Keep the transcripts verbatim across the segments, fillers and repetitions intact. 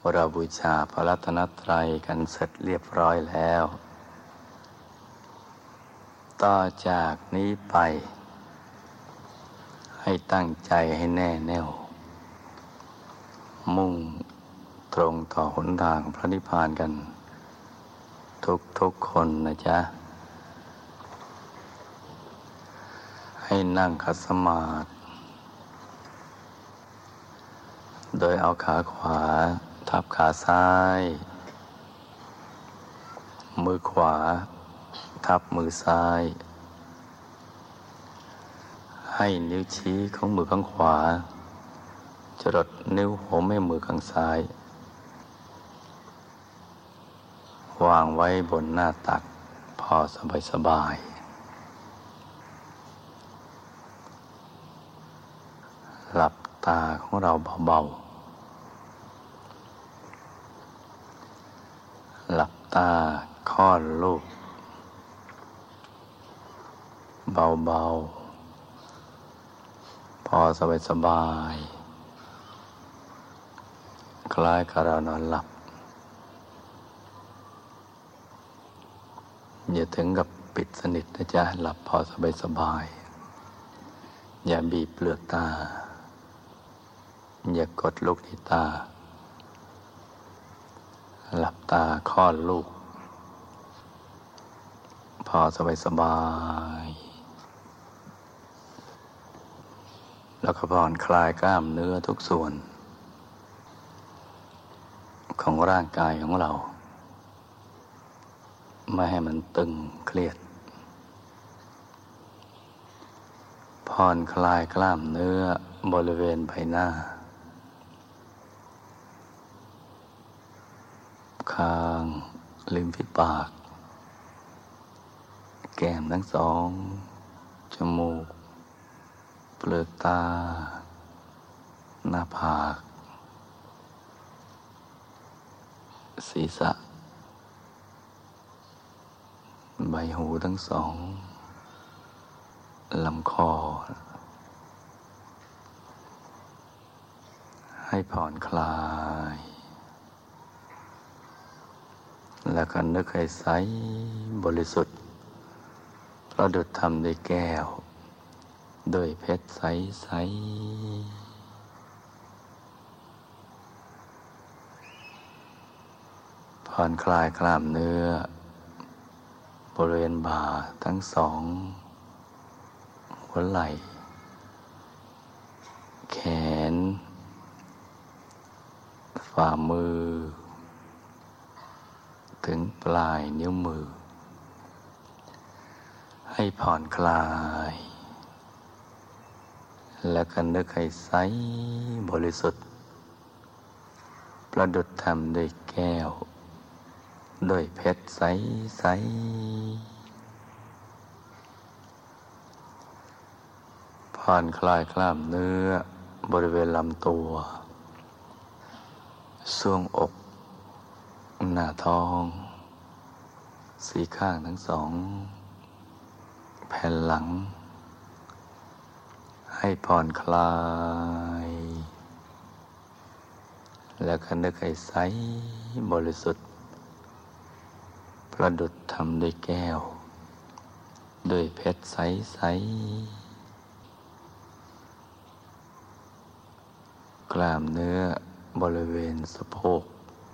เราบูชาพระรัตนตรัยกันเสร็จเรียบร้อยแล้วต่อจากนี้ไปให้ตั้งใจให้แน่แน่วมุ่งตรงต่อหนทางพระนิพพานกันทุกทุกคนนะจ๊ะให้นั่งขัดสมาธิโดยเอาขาขวาทับขาซ้ายมือขวาทับมือซ้ายให้นิ้วชี้ของมือข้างขวาจรดนิ้วหัวแม่มือข้างซ้ายวางไว้บนหน้าตักพอสบายสบายหลับตาของเราเบาๆหลับตาค่อนลูกเบาๆพอสบายสบายคล้ายกับเรานอนหลับอย่าถึงกับปิดสนิทนะจ๊ะหลับพอสบายสบายอย่าบีบเปลือกตาอย่ากดลูกที่ตาหลับตาค่อนลูกพอสบายสบายแล้วก็ผ่อนคลายกล้ามเนื้อทุกส่วนของร่างกายของเราไม่ให้มันตึงเครียดผ่อนคลายกล้ามเนื้อบริเวณใบหน้าคางริมฝีปากแก้มทั้งสองจมูกเปลือกตาหน้าผากศีรษะใบหูทั้งสองลำคอให้ผ่อนคลายแล้วก็นึกให้ใสบริสุทธิ์ประดุจทำด้วยแก้วด้วยเพชรใสๆผ่อนคลายกล้ามเนื้อบริเวณบ่าทั้งสองหัวไหล่แขนฝ่ามือถึงปลายนิ้วมือให้ผ่อนคลายแล้วก็นึกให้ใสบริสุทธิ์ประดุจทำด้วยแก้วด้วยเพชรใสๆผ่อนคลายกล้ามเนื้อบริเวณลำตัวทรวงอกหน้าท้องสีข้างทั้งสองแผ่นหลังให้ผ่อนคลายแล้วก็นึกให้ใสบริสุทธิ์ประดุจทำด้วยแก้วด้วยเพชรใสๆกล้ามเนื้อบริเวณสะโพก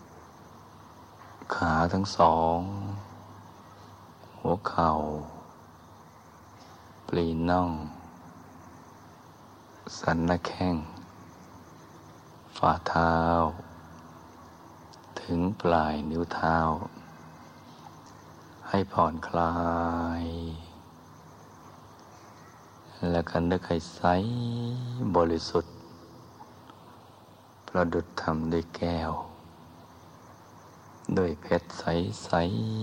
ขาทั้งสองหัวเข่าปลีน่องสันหน้าแข้งฝ่าเท้าถึงปลายนิ้วเท้าให้ผ่อนคลายแล้วก็นึกให้ใสบริสุทธิ์ประดุจทำด้วยแก้วด้วยเพชรใส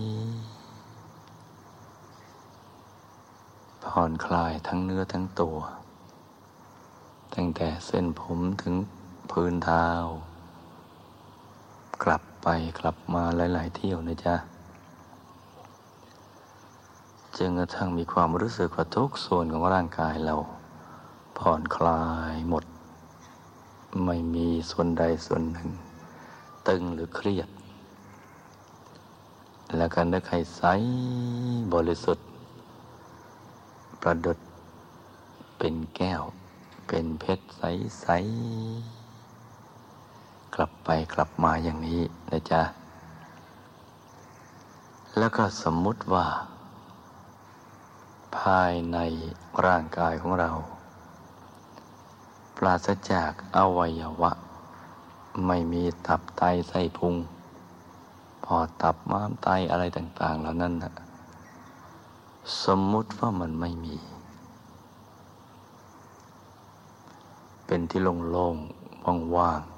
ๆผ่อนคลายทั้งเนื้อทั้งตัวตั้งแต่เส้นผมถึงพื้นเท้ากลับไปกลับมาหลายๆเที่ยวนะจ๊ะจนกระทั่งมีความรู้สึกว่าทุกส่วนของร่างกายเราผ่อนคลายหมดไม่มีส่วนใดส่วนหนึ่งตึงหรือเครียดแล้วก็นึกให้ใสบริสุทธิ์ประดุจเป็นแก้วเป็นเพชรใสๆกลับไปกลับมาอย่างนี้นะจ๊ะแล้วก็สมมุติว่าภายในร่างกายของเราปราศจากอวัยวะไม่มีตับไตไส้พุงพอตับม้ามไตอะไรต่างๆเหล่านั้นนะสมมุติว่ามันไม่มีเป็นที่โล่งๆว่าง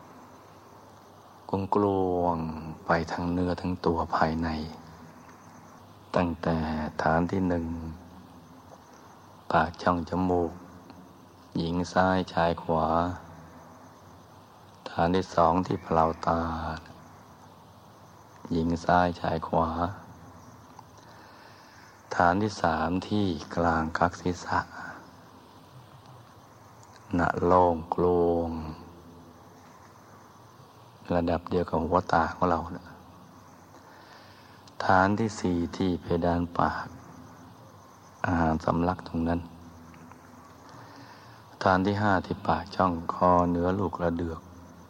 ๆกลวงๆไปทั้งเนื้อทั้งตัวภายในตั้งแต่ฐานที่หนึ่งปากช่องจมูกหญิงซ้ายชายขวาฐานที่สองที่เปล่าตาหญิงซ้ายชายขวาฐานที่สามที่กลางกักศีรษะหน้าโล่งโกลงระดับเดียวกับหัวตาของเรานะฐานที่สี่ที่เพดานปากอาหารสำลักตรงนั้นฐานที่ห้าที่ปากช่องคอเหนือลูกกระเดือก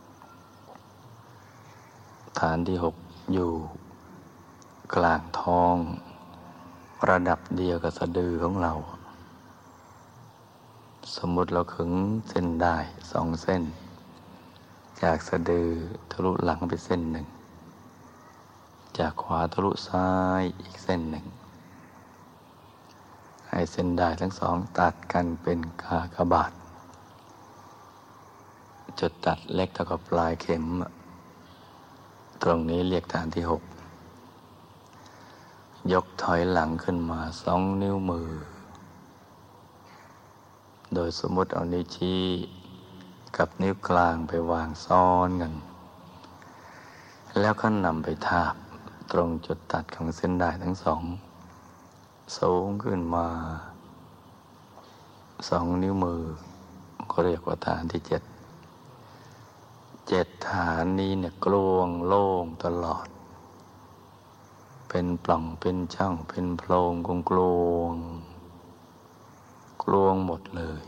ฐานที่หกอยู่กลางท้องระดับเดียวกับสะดือของเราสมมุติเราขึงเส้นได้สองเส้นจากสะดือทะลุหลังไปเส้นหนึ่งจากขวาทะลุซ้ายอีกเส้นหนึ่งให้เส้นได้ทั้งสองตัดกันเป็นกากบาทจุดตัดเล็กเท่ากับปลายเข็มตรงนี้เรียกฐานที่หกยกถอยหลังขึ้นมาสองนิ้วมือโดยสมมติเอานิ้วชี้กับนิ้วกลางไปวางซ้อนกันแล้วก็นำไปทาบตรงจุดตัดของเส้นด้ายทั้งสองสูงขึ้นมาสองนิ้วมือก็เรียกว่าฐานที่เจ็ดเจ็ดฐานนี้เนี่ยกลวงโล่งตลอดเป็นปล่องเป็นช่องเป็นโพรงกลวงกลวงกลวงหมดเลย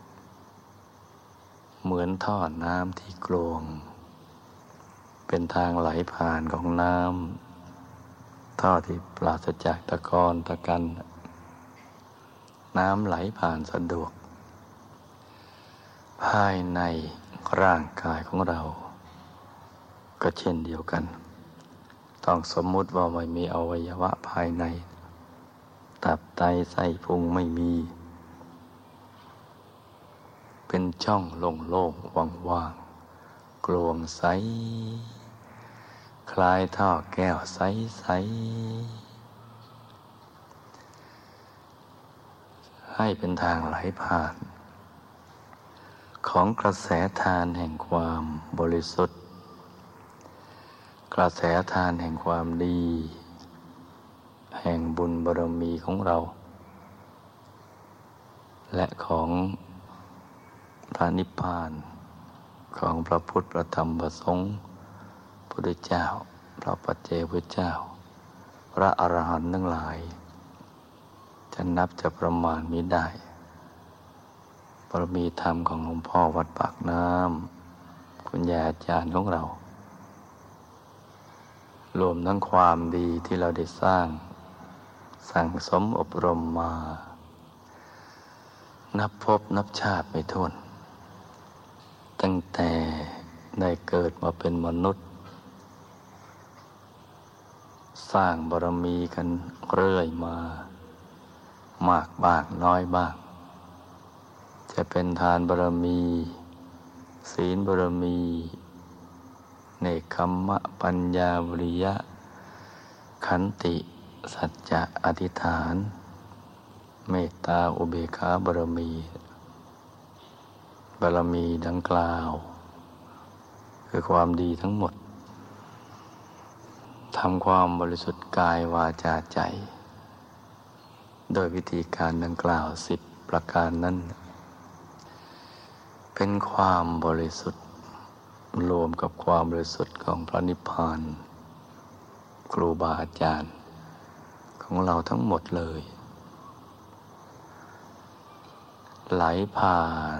เหมือนท่อน้ำที่กลวงเป็นทางไหลผ่านของน้ำท่อที่ปราศจากตะกอนตะกันน้ำไหลผ่านสะดวกภายในร่างกายของเราก็เช่นเดียวกันต้องสมมุติว่าไม่มีอวัยวะภายในตับไตไส้พุงไม่มีเป็นช่องโล่งๆว่างๆกลวงใสคล้ายท่อแก้วใสๆให้เป็นทางไหลผ่านของกระแสทานแห่งความบริสุทธิ์กระแสทานแห่งความดีแห่งบุญบารมีของเราและของพระนิพพานของพระพุทธพระธรรมพระสงฆ์พุทธเจ้าพระปัจเจกพุทธเจ้าพระอรหันต์ทั้งหลายจะนับจะประมาณมิได้บารมีธรรมของหลวงพ่อวัดปากน้ำคุณยายอาจารย์ของเรารวมทั้งความดีที่เราได้สร้างสั่งสมอบรมมานับพบนับชาติไม่ถ้วนตั้งแต่ได้เกิดมาเป็นมนุษย์สร้างบารมีกันเรื่อยมามากบ้างน้อยบ้างจะเป็นทานบารมีศีลบารมีเนกขัมมะปัญญาวิริยะขันติสัจจะอธิษฐานเมตตาอุเบกขาบารมีบารมีดังกล่าวคือความดีทั้งหมดทำความบริสุทธิ์กายวาจาใจโดยวิธีการดังกล่าวสิบประการนั้นเป็นความบริสุทธิ์รวมกับความบริสุทธิ์ของพระนิพพานครูบาอาจารย์ของเราทั้งหมดเลยไหลผ่าน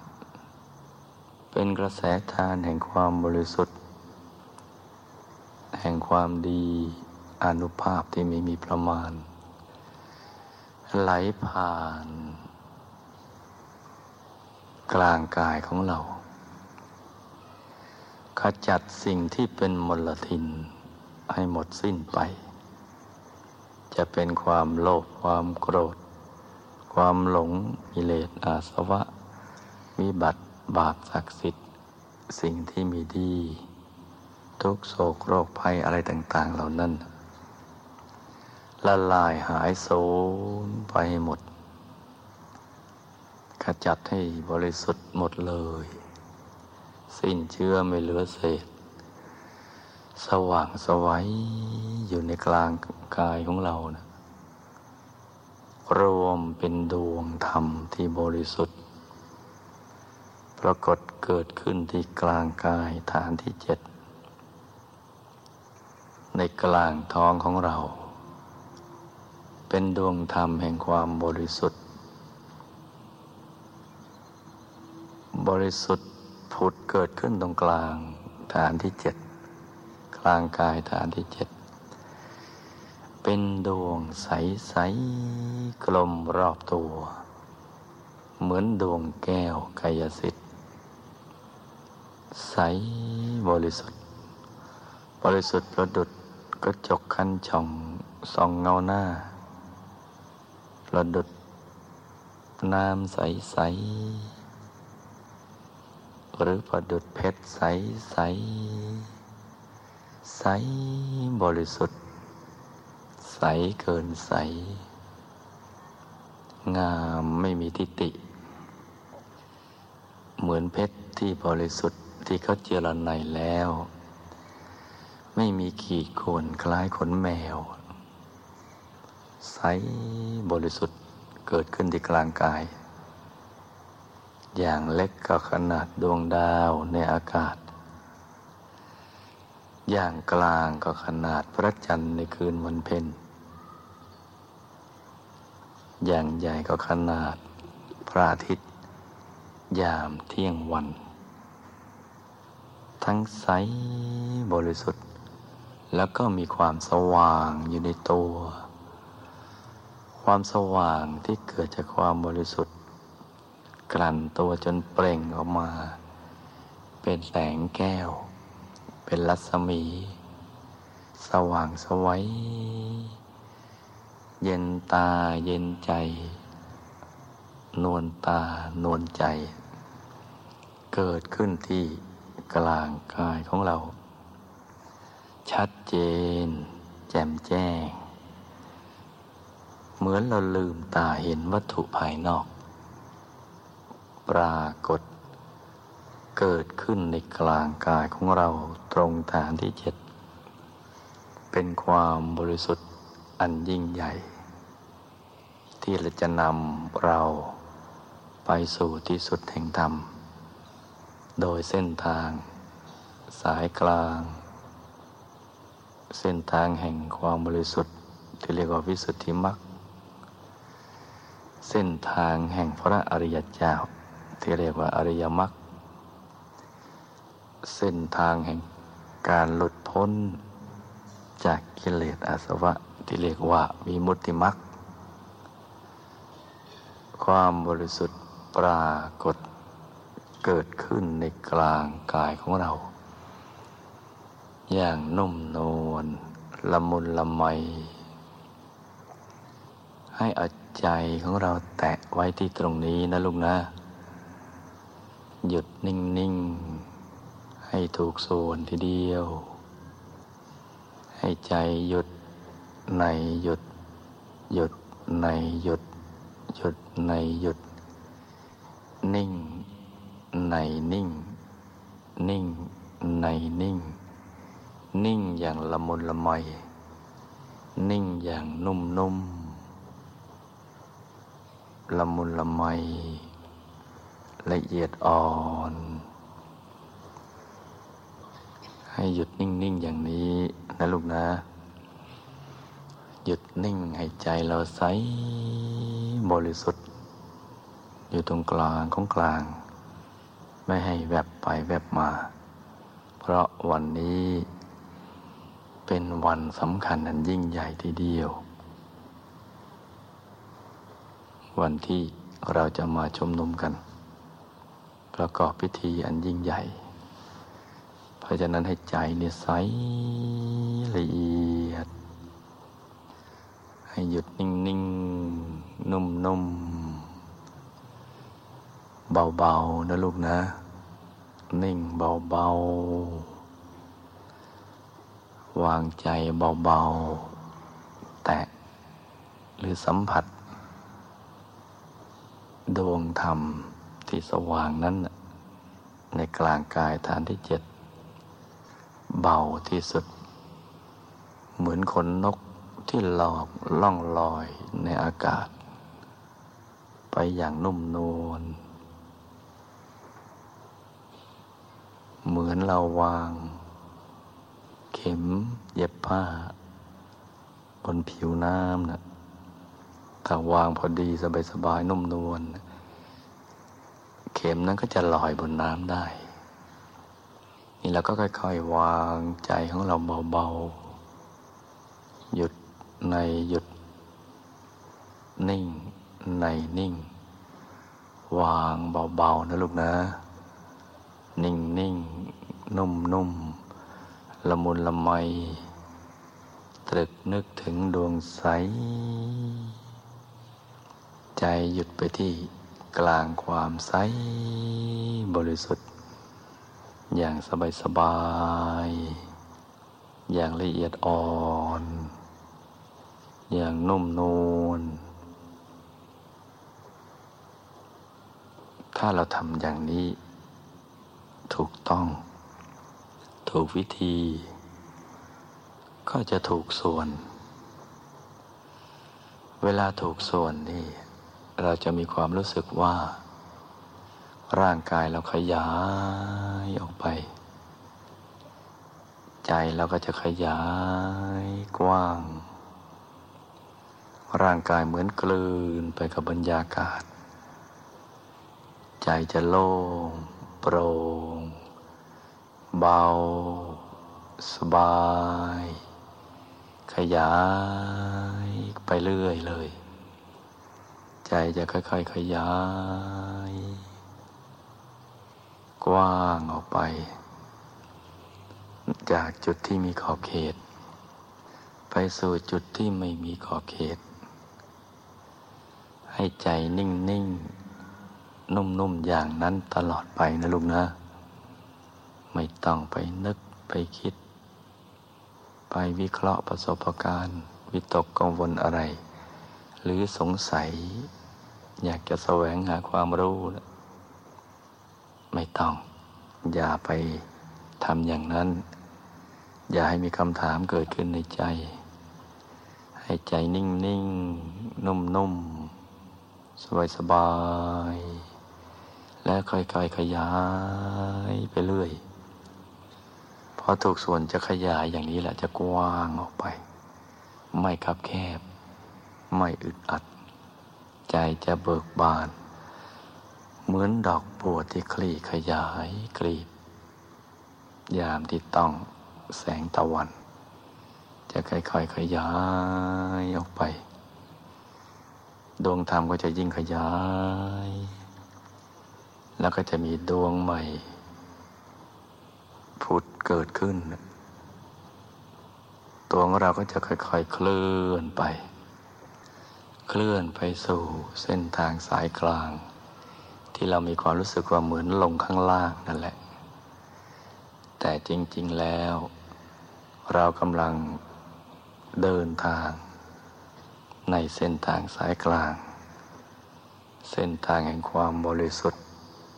เป็นกระแสทานแห่งความบริสุทธิ์แห่งความดีอานุภาพที่ไม่มีประมาณไหลผ่านกลางกายของเราขจัดสิ่งที่เป็นมลทินให้หมดสิ้นไปจะเป็นความโลภความโกรธความหลงกิเลสอาสวะวิบัติบาปศักดิ์สิทธิ์สิ่งที่มีดีทุกโศกโรคภัยอะไรต่างๆเหล่านั้นละลายหายสูญไปให้หมดขจัดให้บริสุทธิ์หมดเลยสิ้นเชื้อไม่เหลือเศษสว่างไสวอยู่ในกลางกายของเรานะรวมเป็นดวงธรรมที่บริสุทธิ์ปรากฏเกิดขึ้นที่กลางกายฐานที่เจ็ดในกลางท้องของเราเป็นดวงธรรมแห่งความบริสุทธิ์บริสุทธิ์ผุดเกิดขึ้นตรงกลางฐานที่เจ็ดกลางกายฐานที่เจ็ดเป็นดวงใสๆกลมรอบตัวเหมือนดวงแก้วกายสิทธิ์ใสบริสุทธิ์บริสุทธิ์ประดุจกระจกคันช่องส่องเงาหน้าประดุจน้ำใสๆหรือประดุจเพชรใสๆใสบริสุทธิ์ใสเกินใสงามไม่มีทิฏฐิเหมือนเพชรที่บริสุทธิ์ที่เขาเจรไนแล้วไม่มีขีดข่วนคล้ายขนแมวใสบริสุทธิ์เกิดขึ้นที่กลางกายอย่างเล็กก็ขนาดดวงดาวในอากาศอย่างกลางก็ขนาดพระจันทร์ในคืนวันเพ็ญอย่างใหญ่ก็ขนาดพระอาทิตย์ยามเที่ยงวันทั้งใสบริสุทธิ์แล้วก็มีความสว่างอยู่ในตัวความสว่างที่เกิดจากความบริสุทธิ์กลั่นตัวจนเปล่งออกมาเป็นแสงแก้วเป็นรัศมีสว่างไสวเย็นตาเย็นใจนวลตานวลใจเกิดขึ้นที่กลางกายของเราชัดเจนแจ่มแจ้งเหมือนเราลืมตาเห็นวัตถุภายนอกปรากฏเกิดขึ้นในกลางกายของเราตรงฐานที่เจ็ดเป็นความบริสุทธิ์อันยิ่งใหญ่ที่จะนำเราไปสู่ที่สุดแห่งธรรมโดยเส้นทางสายกลางเส้นทางแห่งความบริสุทธิ์ที่เรียกว่าวิสุทธิมรรคเส้นทางแห่งพระอริยเจ้าที่เรียกว่าอริยมรรคเส้นทางแห่งการหลุดพ้นจากกิเลสอาสวะที่เรียกว่าวิมุตติมรรคความบริสุทธิ์ปรากฏเกิดขึ้นในกลางกายของเราอย่างนุ่มนวลละมุนละไมให้เอาใจของเราแตะไว้ที่ตรงนี้นะลูกนะหยุดนิ่งๆให้ถูกส่วนทีเดียวให้ใจหยุดในหยุดหยุดในหยุดหยุดในหยุดนิ่งในนิ่งนิ่งในนิ่งนิ่งอย่างละมุนละไมนิ่งอย่างนุ่มนุ่มละมุนละไมละเอียดอ่อนให้หยุดนิ่งๆอย่างนี้นะลูกนะหยุดนิ่งให้ใจเราใสบริสุทธิ์อยู่ตรงกลางของกลางไม่ให้แวบไปแวบมาเพราะวันนี้เป็นวันสำคัญอันยิ่งใหญ่ทีเดียววันที่เราจะมาชุมนุมกันประกอบพิธีอันยิ่งใหญ่เพราะฉะนั้นให้ใจเนี่ยใสละเอียดให้หยุดนิ่งๆนุ่มๆเบาๆนะลูกนะนิ่งเบาๆวางใจเบาๆแตะหรือสัมผัสดวงธรรมที่สว่างนั้นในกลางกายฐานที่เจ็ดเบาที่สุดเหมือนขนนกที่ลอยล่องลอยในอากาศไปอย่างนุ่มนวลเหมือนเราวางเข็มเย็บผ้าบนผิวน้ำนะถ้าวางพอดีสบายๆนุ่มนวลเข็มนั้นก็จะลอยบนน้ำได้นี่เราก็ค่อยๆวางใจของเราเบาๆหยุดในหยุดนิ่งในนิ่งวางเบาๆนะลูกนะนิ่งนิ่งนุ่มนุ่มละมุนละไมตรึกนึกถึงดวงใสใจหยุดไปที่กลางความใสบริสุทธิ์อย่างสบายๆอย่างละเอียดอ่อนอย่างนุ่มนวลถ้าเราทำอย่างนี้ถูกต้องถูกวิธีก็จะถูกส่วนเวลาถูกส่วนนี่เราจะมีความรู้สึกว่าร่างกายเราขยายออกไปใจเราก็จะขยายกว้างร่างกายเหมือนกลืนไปกับบรรยากาศใจจะโล่งโปร่งเบาสบายขยายไปเรื่อยเลยใจจะค่อยๆขยายกว้างออกไปจากจุดที่มีขอบเขตไปสู่จุดที่ไม่มีขอบเขตให้ใจนิ่งๆนุ่มๆอย่างนั้นตลอดไปนะลูกนะไม่ต้องไปนึกไปคิดไปวิเคราะห์ประสบการณ์วิตกกังวลอะไรหรือสงสัยอยากจะแสวงหาความรู้ไม่ต้องอย่าไปทำอย่างนั้นอย่าให้มีคำถามเกิดขึ้นในใจให้ใจนิ่งๆนุ่มๆสบายๆและค่อยๆขยายไปเรื่อยพอถูกส่วนจะขยายอย่างนี้แหละจะกว้างออกไปไม่คับแคบไม่อึดอัดใจจะเบิกบานเหมือนดอกบัวที่คลี่ขยายกลีบยามที่ต้องแสงตะวันจะค่อยๆขยายออกไปดวงธรรมก็จะยิ่งขยายแล้วก็จะมีดวงใหม่ผุดเกิดขึ้นตัวของเราก็จะค่อยๆเคลื่อนไปเคลื่อนไปสู่เส้นทางสายกลางที่เรามีความรู้สึกว่าเหมือนลงข้างล่างนั่นแหละแต่จริงๆแล้วเรากำลังเดินทางในเส้นทางสายกลางเส้นทางแห่งความบริสุทธิ์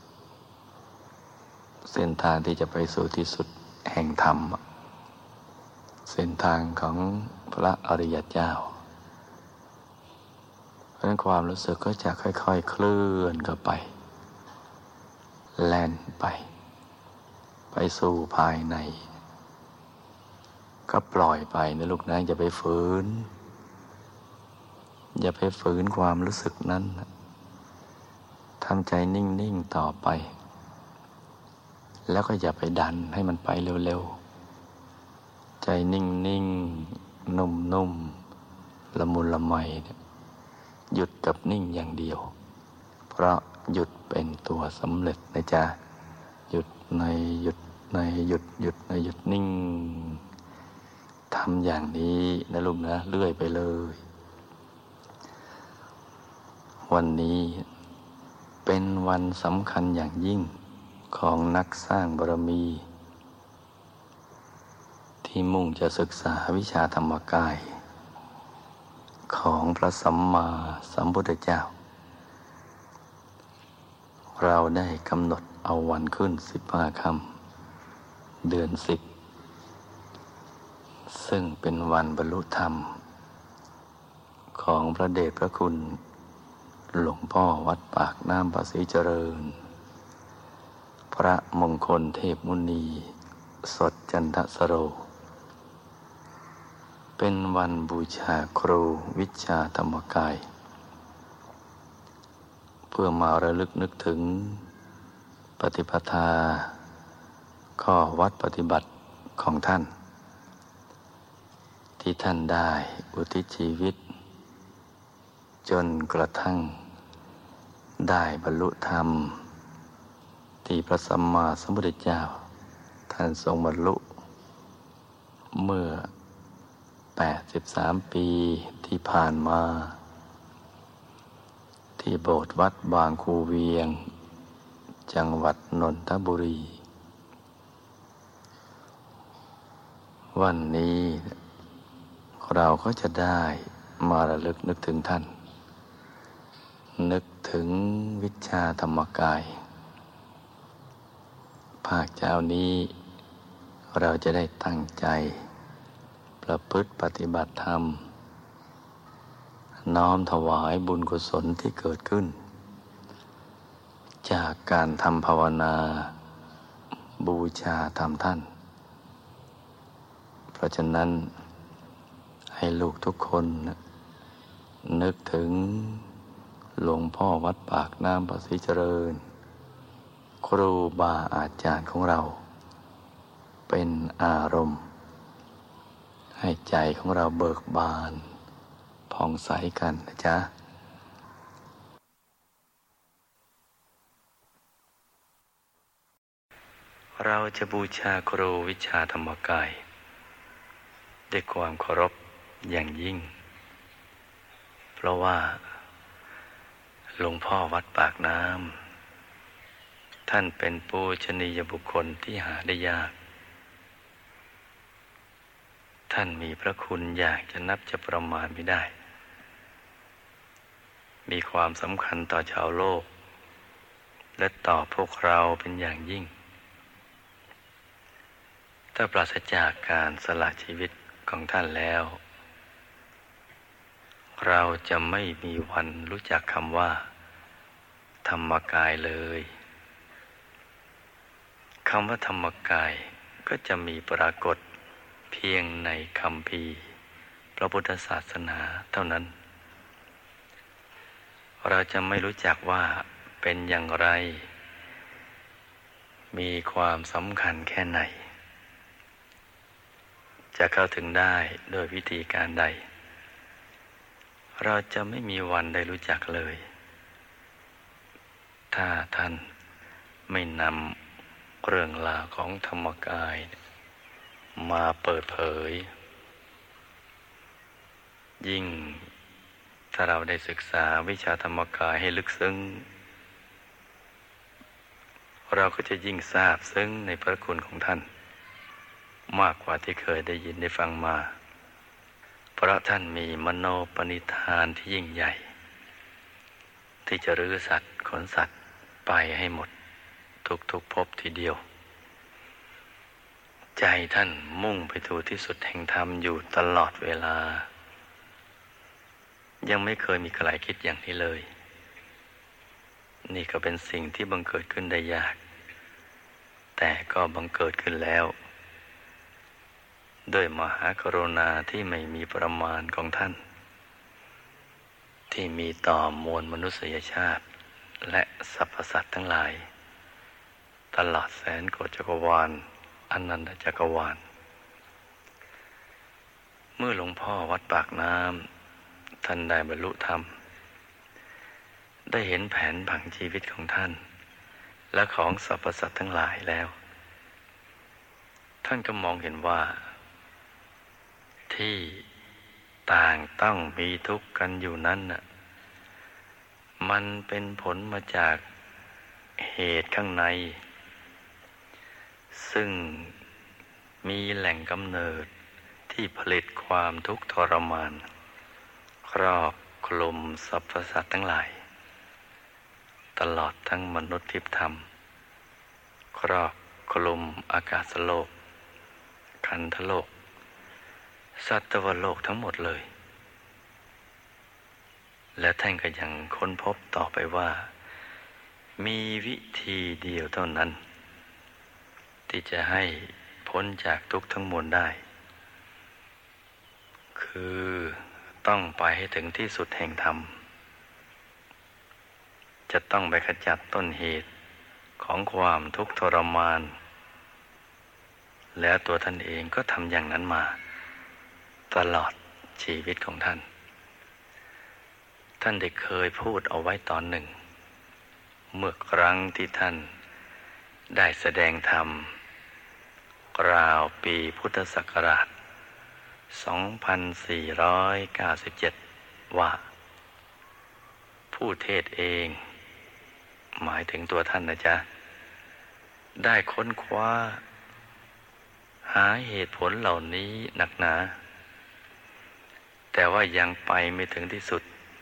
เส้นทางที่จะไปสู่ที่สุดแห่งธรรมเส้นทางของพระอริยเจ้าเพราะฉะนั้นความรู้สึกก็จะค่อยๆเคลื่อนเข้าไปแล่นไปไปสู่ภายในก็ปล่อยไปนะลูกนะอย่าไปฝืนอย่าไปฝืนความรู้สึกนั้นทำใจนิ่งๆต่อไปแล้วก็อย่าไปดันให้มันไปเร็วๆใจนิ่งๆนุ่มๆละมุนละไมหยุดกับนิ่งอย่างเดียวเพราะหยุดเป็นตัวสำเร็จนะจ๊ะหยุดในหยุดในหยุดหยุดในหยุดนิ่งทำอย่างนี้นะลูกนะเรื่อยไปเลยวันนี้เป็นวันสำคัญอย่างยิ่งของนักสร้างบารมีที่มุ่งจะศึกษาวิชาธรรมกายของพระสัมมาสัมพุทธเจ้าเราได้กำหนดเอาวันขึ้นสิบห้าค่ำเดือนสิบซึ่งเป็นวันบรรลุธรรมของพระเดชพระคุณหลวงพ่อวัดปากน้ำภาษีเจริญพระมงคลเทพมุนีสดจันทสโรเป็นวันบูชาครูวิชาธรรมกายเพื่อมาระลึกนึกถึงปฏิปทาข้อวัดปฏิบัติของท่านที่ท่านได้อุทิศชีวิตจนกระทั่งได้บรรลุธรรมที่พระสัมมาสัมพุทธเจ้าท่านทรงบรรลุเมื่อแปดสิบสามปีที่ผ่านมาที่โบสถ์วัดบางคูเวียงจังหวัดนนทบุรีวันนี้เราก็จะได้มาระลึกนึกถึงท่านนึกถึงวิชาธรรมกายภาคเจ้านี้เราจะได้ตั้งใจประพฤติปฏิบัติธรรมน้อมถวายบุญกุศลที่เกิดขึ้นจากการทำภาวนาบูชาธรรมท่านเพราะฉะนั้นให้ลูกทุกคนนึกถึงหลวงพ่อวัดปากน้ำภาษีเจริญครูบาอาจารย์ของเราเป็นอารมณ์ให้ใจของเราเบิกบานผ่องใสกันนะจ๊ะเราจะบูชาครูวิชาธรรมกายด้วยความเคารพอย่างยิ่งเพราะว่าหลวงพ่อวัดปากน้ำท่านเป็นปูชนียบุคคลที่หาได้ยากท่านมีพระคุณอยากจะนับจะประมาณไม่ได้มีความสำคัญต่อชาวโลกและต่อพวกเราเป็นอย่างยิ่งถ้าปราศจากการสละชีวิตของท่านแล้วเราจะไม่มีวันรู้จักคำว่าธรรมกายเลยคำว่าธรรมกายก็จะมีปรากฏเพียงในคัมภีร์พระพุทธศาสนาเท่านั้นเราจะไม่รู้จักว่าเป็นอย่างไรมีความสำคัญแค่ไหนจะเข้าถึงได้โดยวิธีการใดเราจะไม่มีวันได้รู้จักเลยถ้าท่านไม่นำเรื่องราวของธรรมกายมาเปิดเผยยิ่งถ้าเราได้ศึกษาวิชาธรรมกายให้ลึกซึ้งเราก็จะยิ่งทราบซึ้งในพระคุณของท่านมากกว่าที่เคยได้ยินได้ฟังมาเพราะท่านมีมโนปณิธานที่ยิ่งใหญ่ที่จะรื้อสัตว์ขนสัตว์ไปให้หมดทุกๆภพทีเดียวใจท่านมุ่งไปสู่ที่สุดแห่งธรรมอยู่ตลอดเวลายังไม่เคยมีใครคิดอย่างนี้เลยนี่ก็เป็นสิ่งที่บังเกิดขึ้นได้ยากแต่ก็บังเกิดขึ้นแล้วด้วยมหากรุณาที่ไม่มีประมาณของท่านที่มีต่อมวลมนุษยชาติและสรรพสัตว์ทั้งหลายตลอดแสนโกฏจักรวาลอนันตจักรวาลเมื่อหลวงพ่อวัดปากน้ำท่านได้บรรลุธรรมได้เห็นแผนผังชีวิตของท่านและของสรรพสัตว์ทั้งหลายแล้วท่านก็มองเห็นว่าที่ต่างต้องมีทุกข์กันอยู่นั้นน่ะมันเป็นผลมาจากเหตุข้างในซึ่งมีแหล่งกำเนิดที่ผลิตความทุกข์ทรมานครอบคลุมสรรพสัตว์ทั้งหลายตลอดทั้งมนุษย์ทิพย์ธรรมครอบคลุมอากาศโลกขันธโลกสัตวโลกทั้งหมดเลยและท่านก็ยังค้นพบต่อไปว่ามีวิธีเดียวเท่านั้นที่จะให้พ้นจากทุกข์ทั้งมวลได้คือต้องไปให้ถึงที่สุดแห่งธรรมจะต้องไปขจัดต้นเหตุของความทุกข์ทรมานแล้วตัวท่านเองก็ทำอย่างนั้นมาตลอดชีวิตของท่านท่านได้เคยพูดเอาไว้ตอนหนึ่งเมื่อครั้งที่ท่านได้แสดงธรรมราวปีพุทธศักราชสองพันสี่ร้อยเก้าสิบเจ็ดว่าผู้เทศเองหมายถึงตัวท่านนะจ๊ะได้ค้นคว้าหาเหตุผลเหล่านี้หนักหนาแต่ว่ายังไปไม่ถึงที่สุด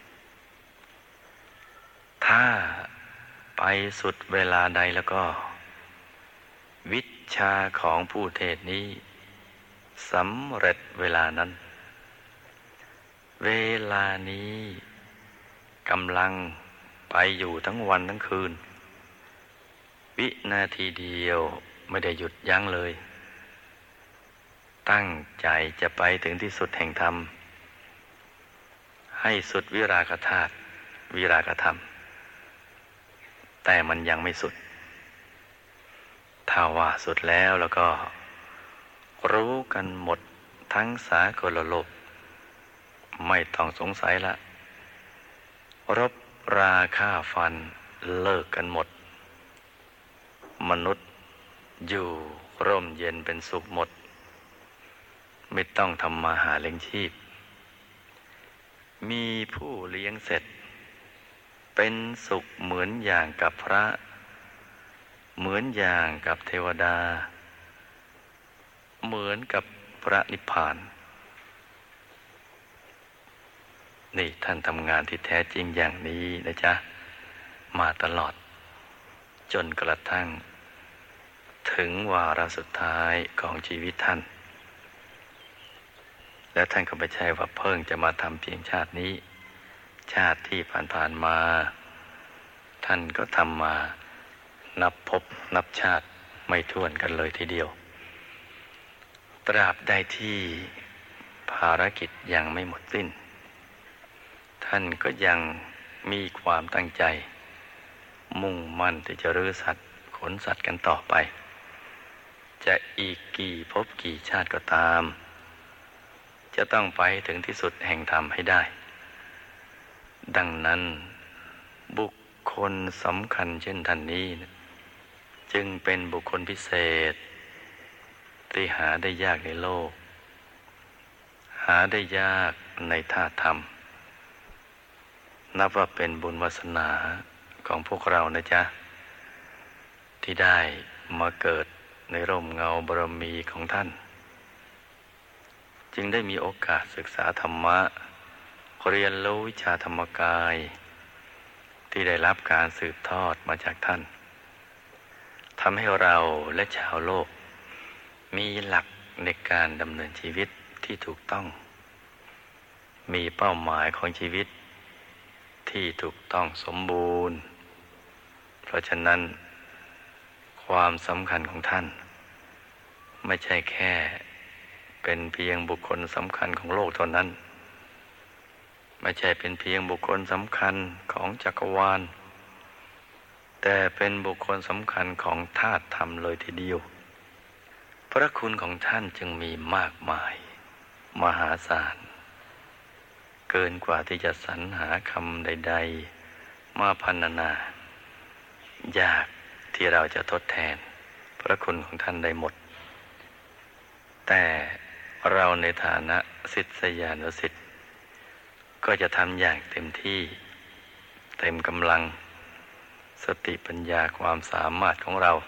ถ้าไปสุดเวลาใดแล้วก็วิชาของผู้เทศนี้สำเร็จเวลานั้นเวลานี้กำลังไปอยู่ทั้งวันทั้งคืนวินาทีเดียวไม่ได้หยุดยั้งเลยตั้งใจจะไปถึงที่สุดแห่งธรรมให้สุดวิราคะธาตุวิราคะธรรมแต่มันยังไม่สุดถ้าว่าสุดแล้วแล้วก็รู้กันหมดทั้งสากลโลกไม่ต้องสงสัยละรบราฆ่าฟันเลิกกันหมดมนุษย์อยู่ร่มเย็นเป็นสุขหมดไม่ต้องทำมาหาเลี้ยงชีพมีผู้เลี้ยงเสร็จเป็นสุขเหมือนอย่างกับพระเหมือนอย่างกับเทวดาเหมือนกับพระนิพพานนี่ท่านทำงานที่แท้จริงอย่างนี้นะจ๊ะมาตลอดจนกระทั่งถึงวาระสุดท้ายของชีวิตท่านและท่านก็ไม่ใช่ว่าเพิ่งจะมาทำเพียงชาตินี้ชาติที่ผ่านๆมาท่านก็ทำมานับภพนับชาติไม่ถ้วนกันเลยทีเดียวตราบใดที่ภารกิจยังไม่หมดสิ้นท่านก็ยังมีความตั้งใจมุ่งมั่นที่จะรื้อสัตว์ขนสัตว์กันต่อไปจะอีกกี่ภพกี่ชาติก็ตามจะต้องไปถึงที่สุดแห่งธรรมให้ได้ดังนั้นบุคคลสำคัญเช่นท่านนี้จึงเป็นบุคคลพิเศษที่หาได้ยากในโลกหาได้ยากในธาตุธรรมนับว่าเป็นบุญวาสนาของพวกเรานะจ๊ะที่ได้มาเกิดในร่มเงาบารมีของท่านจึงได้มีโอกาสศึกษาธรรมะเรียนรู้วิชาธรรมกายที่ได้รับการสืบทอดมาจากท่านทำให้เราและชาวโลกมีหลักในการดำเนินชีวิตที่ถูกต้องมีเป้าหมายของชีวิตที่ถูกต้องสมบูรณ์เพราะฉะนั้นความสำคัญของท่านไม่ใช่แค่เป็นเพียงบุคคลสำคัญของโลกเท่านั้นไม่ใช่เป็นเพียงบุคคลสำคัญของจักรวาลแต่เป็นบุคคลสำคัญของธาตุธรรมเลยทีเดียวพระคุณของท่านจึงมีมากมายมหาศาลเกินกว่าที่จะสรรหาคำใดๆมาพรรณนายากที่เราจะทดแทนพระคุณของท่านได้หมดแต่เราในฐานะศิษยานุศิษย์ก็จะทำอย่างเต็มที่เต็มกำลังสติปัญญาความสามารถของเรา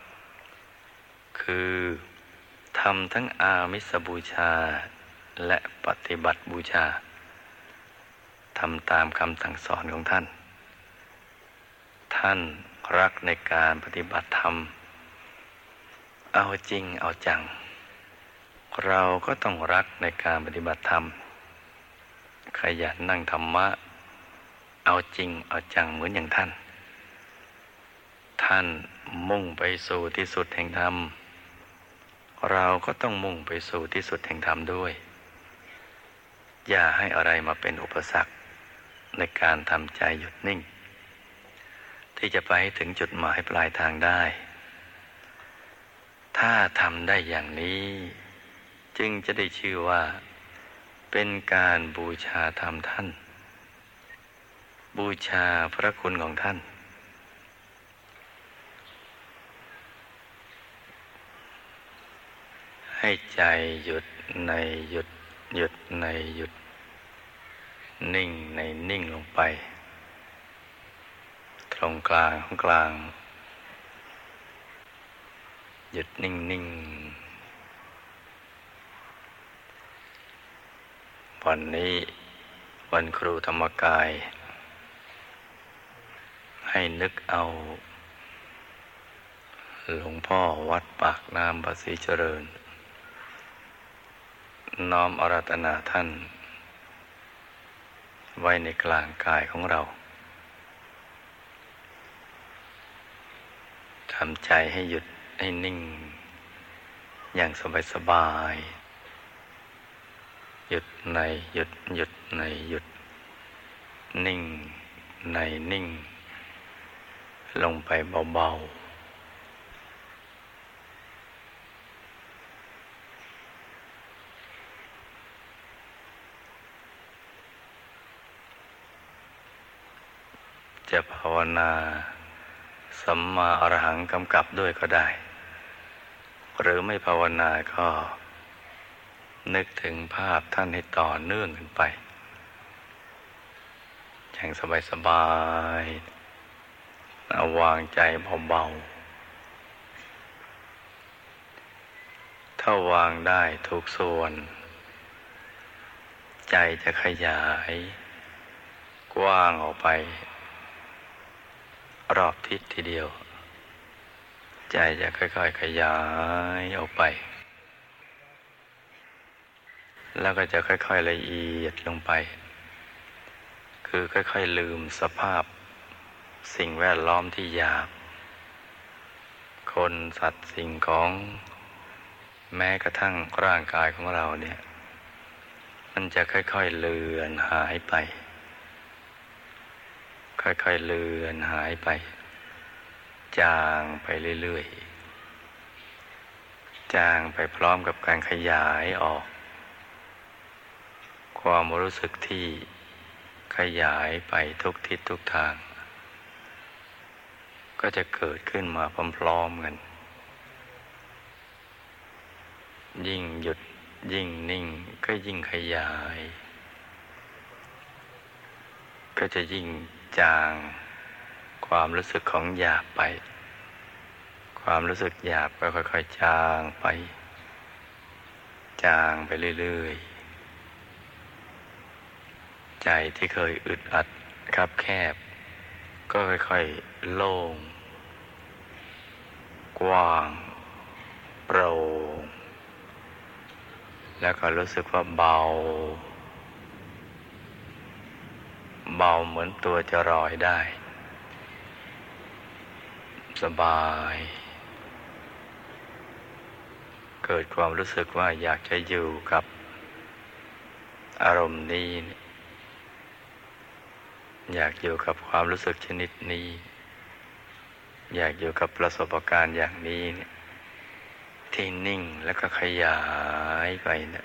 คือทำทั้งอามิสบูชาและปฏิบัติบูชาทำตามคำสั่งสอนของท่านท่านรักในการปฏิบัติธรรมเอาจริงเอาจังเราก็ต้องรักในการปฏิบัติธรรมขยันนั่งธรรมะเอาจริงเอาจังเหมือนอย่างท่านท่านมุ่งไปสู่ที่สุดแห่งธรรมเราก็ต้องมุ่งไปสู่ที่สุดแห่งธรรมด้วยอย่าให้อะไรมาเป็นอุปสรรคในการทำใจหยุดนิ่งที่จะไปถึงจุดหมายปลายทางได้ถ้าทำได้อย่างนี้จึงจะได้ชื่อว่าเป็นการบูชาธรรมท่านบูชาพระคุณของท่านให้ใจหยุดในหยุดหยุดในหยุดนิ่งในนิ่งลงไปตรงกลางของกลางหยุดนิ่งนิ่งวันนี้วันครูธรรมกายให้นึกเอาหลวงพ่อวัดปากน้ำภาษีเจริญน้อมอาราธนาท่านไว้ในกลางกายของเราทำใจให้หยุดให้นิ่งอย่างสบายๆหยุดในหยุดหยุดในหยุดนิ่งในนิ่งลงไปเบาๆจะภาวนาสัมมาอรหังกำกับด้วยก็ได้หรือไม่ภาวนาก็นึกถึงภาพท่านให้ต่อเนื่องกันไปอย่างสบายๆเอาวางใจเบาๆถ้าวางได้ทุกส่วนใจจะขยายกว้างออกไปรอบทิศทีเดียวใจจะค่อยๆขยายออกไปแล้วก็จะค่อยๆละเอียดลงไปคือค่อยๆลืมสภาพสิ่งแวดล้อมที่หยาบคนสัตว์สิ่งของแม้กระทั่งร่างกายของเราเนี่ยมันจะค่อยๆเลือนหายไปค่อยๆเลือนหายไปจางไปเรื่อยๆจางไปพร้อมกับการขยายออกความรู้สึกที่ขยายไปทุกทิศทุกทางก็จะเกิดขึ้นมาพร้อมๆกันยิ่งหยุดยิ่งนิ่งก็ยิ่งขยายก็จะยิ่งจางความรู้สึกของหยาบไปความรู้สึกหยาบก็ค่อยๆจางไปจางไปเรื่อยๆใจที่เคยอึดอัดคับแคบก็ค่อยๆโล่งกว้างโปร่งแล้วก็รู้สึกว่าเบาเบาเหมือนตัวจะลอยได้สบายเกิดความรู้สึกว่าอยากจะอยู่กับอารมณ์นี้อยากอยู่กับความรู้สึกชนิดนี้อยากอยู่กับประสบการณ์อย่างนี้ที่นิ่งแล้วก็ขยายไปเนี่ย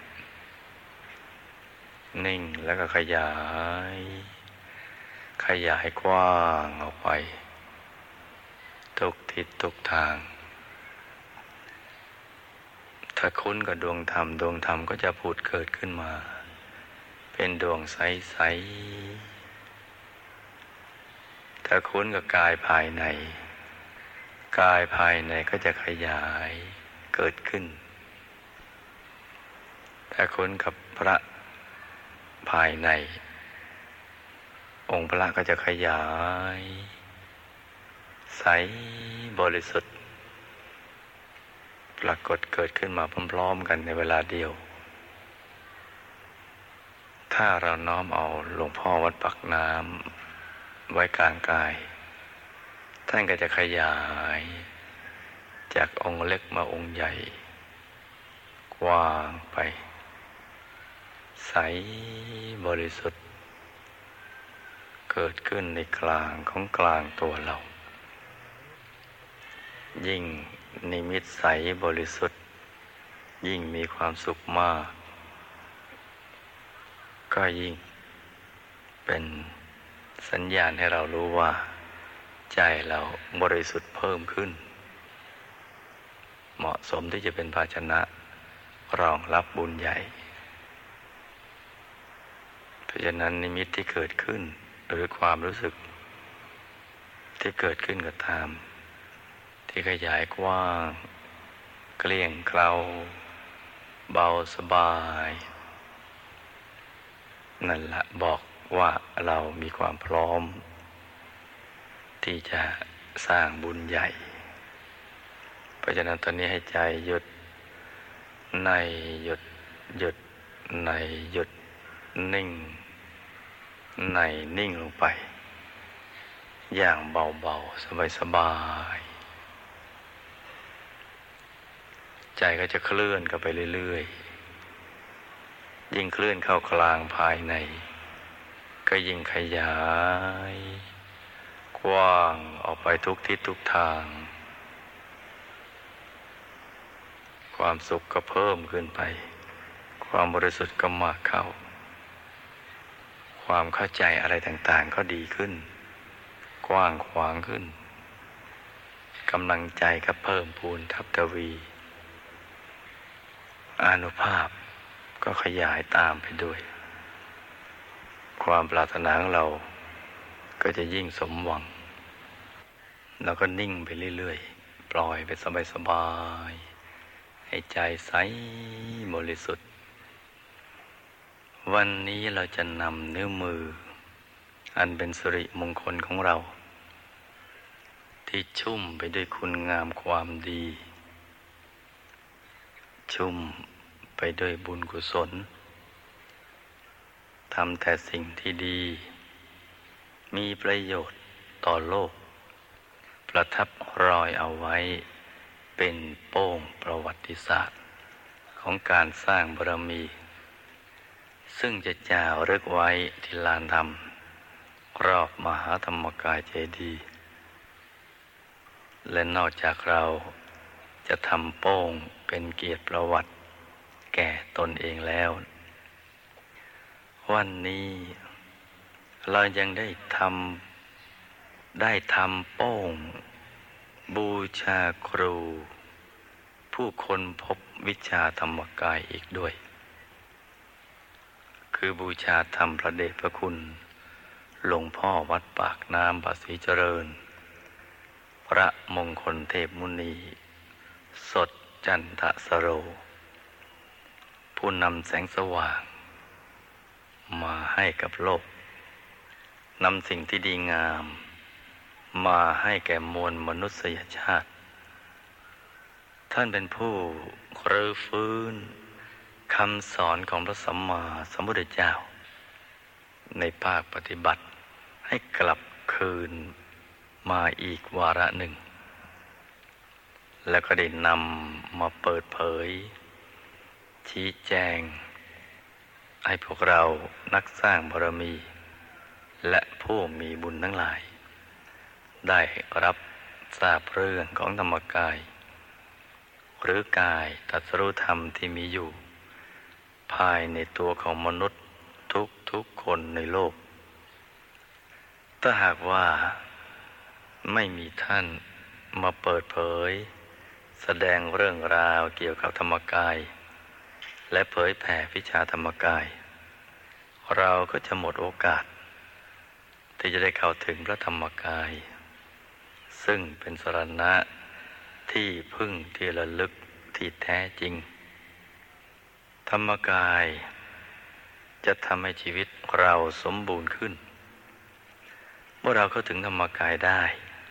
นิ่งแล้วก็ขยายขยายกว้างออกไปทุกทิศทุกทางถ้าคุ้นกับดวงธรรมดวงธรรมก็จะผุดเกิดขึ้นมาเป็นดวงใสๆถ้าคุ้นกับกายภายในกายภายในก็จะขยายเกิดขึ้นถ้าคุ้นกับพระภายในองค์พระก็จะขยายใสบริสุทธิ์ปรากฏเกิดขึ้นมาพร้อมๆกันในเวลาเดียวถ้าเราน้อมเอาหลวงพ่อวัดปากน้ำไว้กลางกายท่านก็จะขยายจากองค์เล็กมาองค์ใหญ่กว้างไปใสบริสุทธิ์เกิดขึ้นในกลางของกลางตัวเรายิ่งนิมิตใสบริสุทธิ์ยิ่งมีความสุขมากก็ยิ่งเป็นสัญญาณให้เรารู้ว่าใจเราบริสุทธิ์เพิ่มขึ้นเหมาะสมที่จะเป็นภาชนะรองรับบุญใหญ่เพราะฉะนั้นนิมิตที่เกิดขึ้นหรือความรู้สึกที่เกิดขึ้นก็ตามที่ขยายกว้างเกลี้ยงเกลาเบาสบายนั่นแหละบอกว่าเรามีความพร้อมที่จะสร้างบุญใหญ่เพราะฉะนั้นตอนนี้ให้ใจหยุดในหยุดหยุดในหยุดนิ่งในนิ่งลงไปอย่างเบาๆสบายๆใจก็จะเคลื่อนกันไปเรื่อยๆยิ่งเคลื่อนเข้ากลางภายในก็ยิ่งขยายกว้างออกไปทุกทิศทุกทางความสุขก็เพิ่มขึ้นไปความบริสุทธิ์ก็มากเข้าความเข้าใจอะไรต่างๆก็ดีขึ้นกว้างขวางขึ้นกำลังใจก็เพิ่มพูนทับทวีอานุภาพก็ขยายตามไปด้วยความปรารถนาของเราก็จะยิ่งสมหวังแล้วก็นิ่งไปเรื่อยๆปล่อยไปสบายๆให้ใจใสบริสุทธิ์วันนี้เราจะนำนิ้วมืออันเป็นสิริมงคลของเราที่ชุ่มไปด้วยคุณงามความดีชุ่มไปด้วยบุญกุศลทำแต่สิ่งที่ดีมีประโยชน์ต่อโลกประทับรอยเอาไว้เป็นโป้งประวัติศาสตร์ของการสร้างบารมีซึ่งจะจารึกไว้ที่ลานธรรมรอบมหาธรรมกายเจดีย์และนอกจากเราจะทำโป้งเป็นเกียรติประวัติแก่ตนเองแล้ววันนี้เรายังได้ทำได้ทำโป้งบูชาครูผู้คนพบวิชาธรรมกายอีกด้วยคือบูชาธรรมพระเดชพระคุณหลวงพ่อวัดปากน้ำภาษีเจริญพระมงคลเทพมุนีสดจันทสโรผู้นำแสงสว่างมาให้กับโลกนำสิ่งที่ดีงามมาให้แก่มวลมนุษยชาติท่านเป็นผู้รื้อฟื้นคำสอนของพระสัมมาสัมพุทธเจ้าในภาคปฏิบัติให้กลับคืนมาอีกวาระหนึ่งแล้วก็ได้นำมาเปิดเผยชี้แจงให้พวกเรานักสร้างบารมีและผู้มีบุญทั้งหลายได้รับทราบเรื่องของธรรมกายหรือกายตรัสรู้ธรรมที่มีอยู่ภายในตัวของมนุษย์ทุกทุกคนในโลกถ้าหากว่าไม่มีท่านมาเปิดเผยแสดงเรื่องราวเกี่ยวกับธรรมกายและเผยแผ่วิชาธรรมกายเราก็จะหมดโอกาสที่จะได้เข้าถึงพระธรรมกายซึ่งเป็นสรณะที่พึ่งที่ระลึกที่แท้จริงธรรมกายจะทำให้ชีวิตเราสมบูรณ์ขึ้นเมื่อเราเข้าถึงธรรมกายได้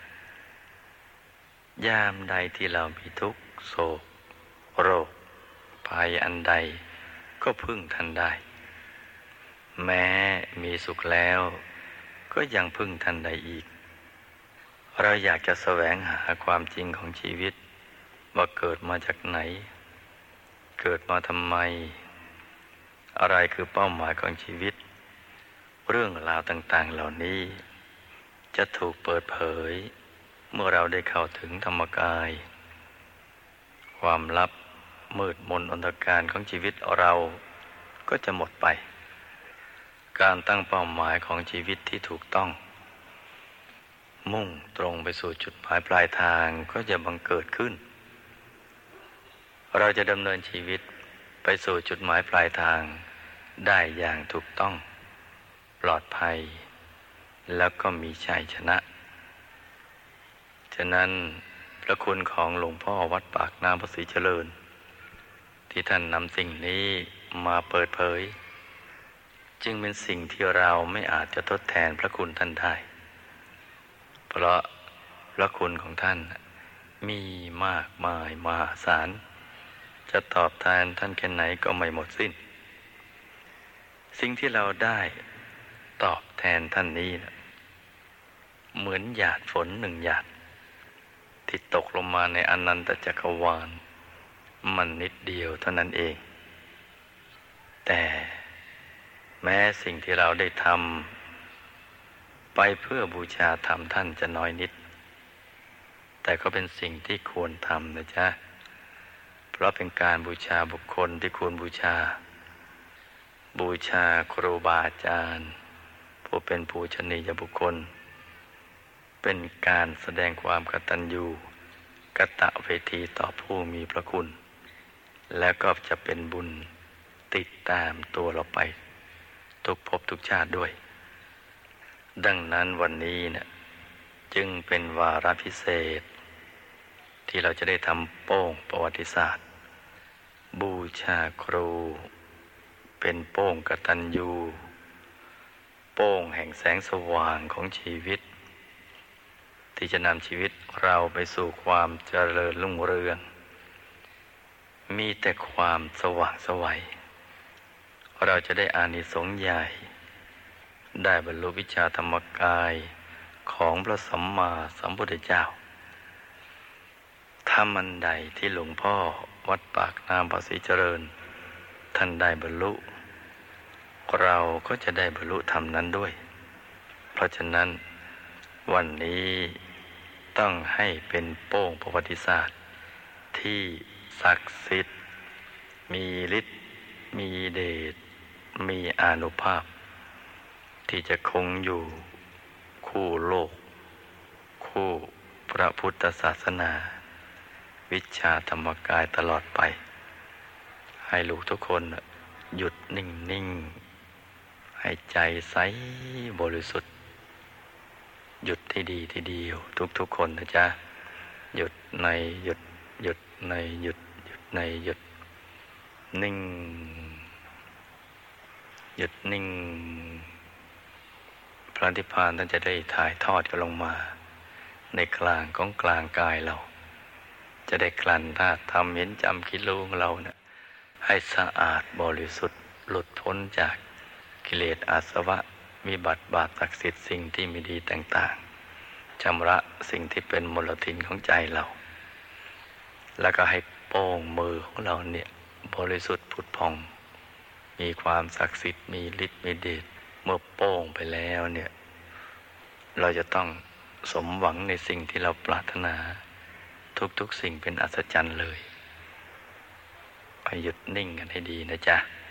ยามใดที่เรามีทุกข์โศกโรคภัยอันใดก็พึ่งท่านได้แม้มีสุขแล้วก็ยังพึ่งท่านได้อีกเราอยากจะแสวงหาความจริงของชีวิตว่าเกิดมาจากไหนเกิดมาทำไมอะไรคือเป้าหมายของชีวิตเรื่องราวต่างๆเหล่านี้จะถูกเปิดเผยเมื่อเราได้เข้าถึงธรรมกายความลับมืดมนอนตการของชีวิตเราก็จะหมดไปการตั้งเป้าหมายของชีวิตที่ถูกต้องมุ่งตรงไปสู่จุดหมายปลายทางก็จะบังเกิดขึ้นเราจะดำเนินชีวิตไปสู่จุดหมายปลายทางได้อย่างถูกต้องปลอดภัยแล้วก็มีชัยชนะฉะนั้นพระคุณของหลวงพ่อวัดปากน้ำพระศรีเจริญที่ท่านนำสิ่งนี้มาเปิดเผยจึงเป็นสิ่งที่เราไม่อาจจะทดแทนพระคุณท่านได้เพราะพระคุณของท่านมีมากมายมหาศาลจะตอบแทนท่านแค่ไหนก็ไม่หมดสิ้นสิ่งที่เราได้ตอบแทนท่านนี้นะเหมือนหยาดฝนหนึ่งหยาดที่ตกลงมาในอนันตจักรวาลมันนิดเดียวเท่านั้นเองแต่แม้สิ่งที่เราได้ทำไปเพื่อบูชาธรรมท่านจะน้อยนิดแต่ก็เป็นสิ่งที่ควรทำนะจ๊ะเพราะเป็นการบูชาบุคคลที่ควรบูชาบูชาครูบาอาจารย์ผู้เป็นปูชนียบุคคลเป็นการแสดงความกตัญญูกตเวทีต่อผู้มีพระคุณและก็จะเป็นบุญติดตามตัวเราไปทุกภพทุกชาติด้วยดังนั้นวันนี้เนี่ยจึงเป็นวาระพิเศษที่เราจะได้ทำโป้งประวัติศาสตร์บูชาครูเป็นโป้งกตัญญูโป้งแห่งแสงสว่างของชีวิตที่จะนำชีวิตเราไปสู่ความเจริญรุ่งเรืองมีแต่ความสว่างไสวเราจะได้อานิสงส์ใหญ่ได้บรรลุวิชาธรรมกายของพระสัมมาสัมพุทธเจ้าธรรมอันใดที่หลวงพ่อวัดปากน้ำพระศรีเจริญท่านได้บรรลุเราก็จะได้บรรลุธรรมนั้นด้วยเพราะฉะนั้นวันนี้ต้องให้เป็นโป้งประวัติศาสตร์ที่ศักดิ์สิทธิ์มีฤทธิ์มีเดชมีอานุภาพที่จะคงอยู่คู่โลกคู่พระพุทธศาสนาวิชาธรรมกายตลอดไปให้ลูกทุกคนหยุดนิ่งๆให้ใจใสบริสุทธิ์หยุดที่ดีทีเดียวทุกๆคนนะจ๊ะหยุดในหยุดหยุดในหยุดหยุดในหยุดนิ่งหยุดนิ่งพระนิพพานท่านจะได้ถ่ายทอดกันลงมาในกลางของกลางกายเราจะได้กลั่นธาตุธรรมเห็นจำคิดรู้ของเราเนี่ยให้สะอาดบริสุทธิ์หลุดพ้นจากกิเลสอาสวะวิบัติบาปศักดิ์สิทธิ์สิ่งที่ไม่ดีต่างๆชำระสิ่งที่เป็นมลทินของใจเราแล้วก็ให้โป้งมือของเราเนี่ยบริสุทธิ์ผุดผ่องมีความศักดิ์สิทธิ์มีฤทธิ์มีเดชเมื่อโป้งไปแล้วเนี่ยเราจะต้องสมหวังในสิ่งที่เราปรารถนาทุกๆสิ่งเป็นอัศจรรย์เลยไปหยุดนิ่งกันให้ดีนะจ๊ะ